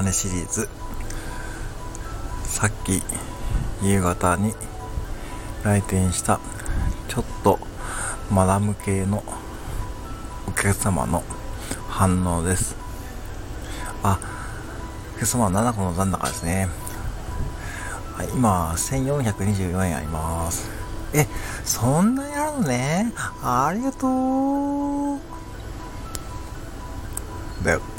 ネシリーズ、さっき夕方に来店したちょっとマダム系のお客様の反応です。お客様は7個の残高ですね。今1424円あります。そんなやるのね。ありがとうだよ。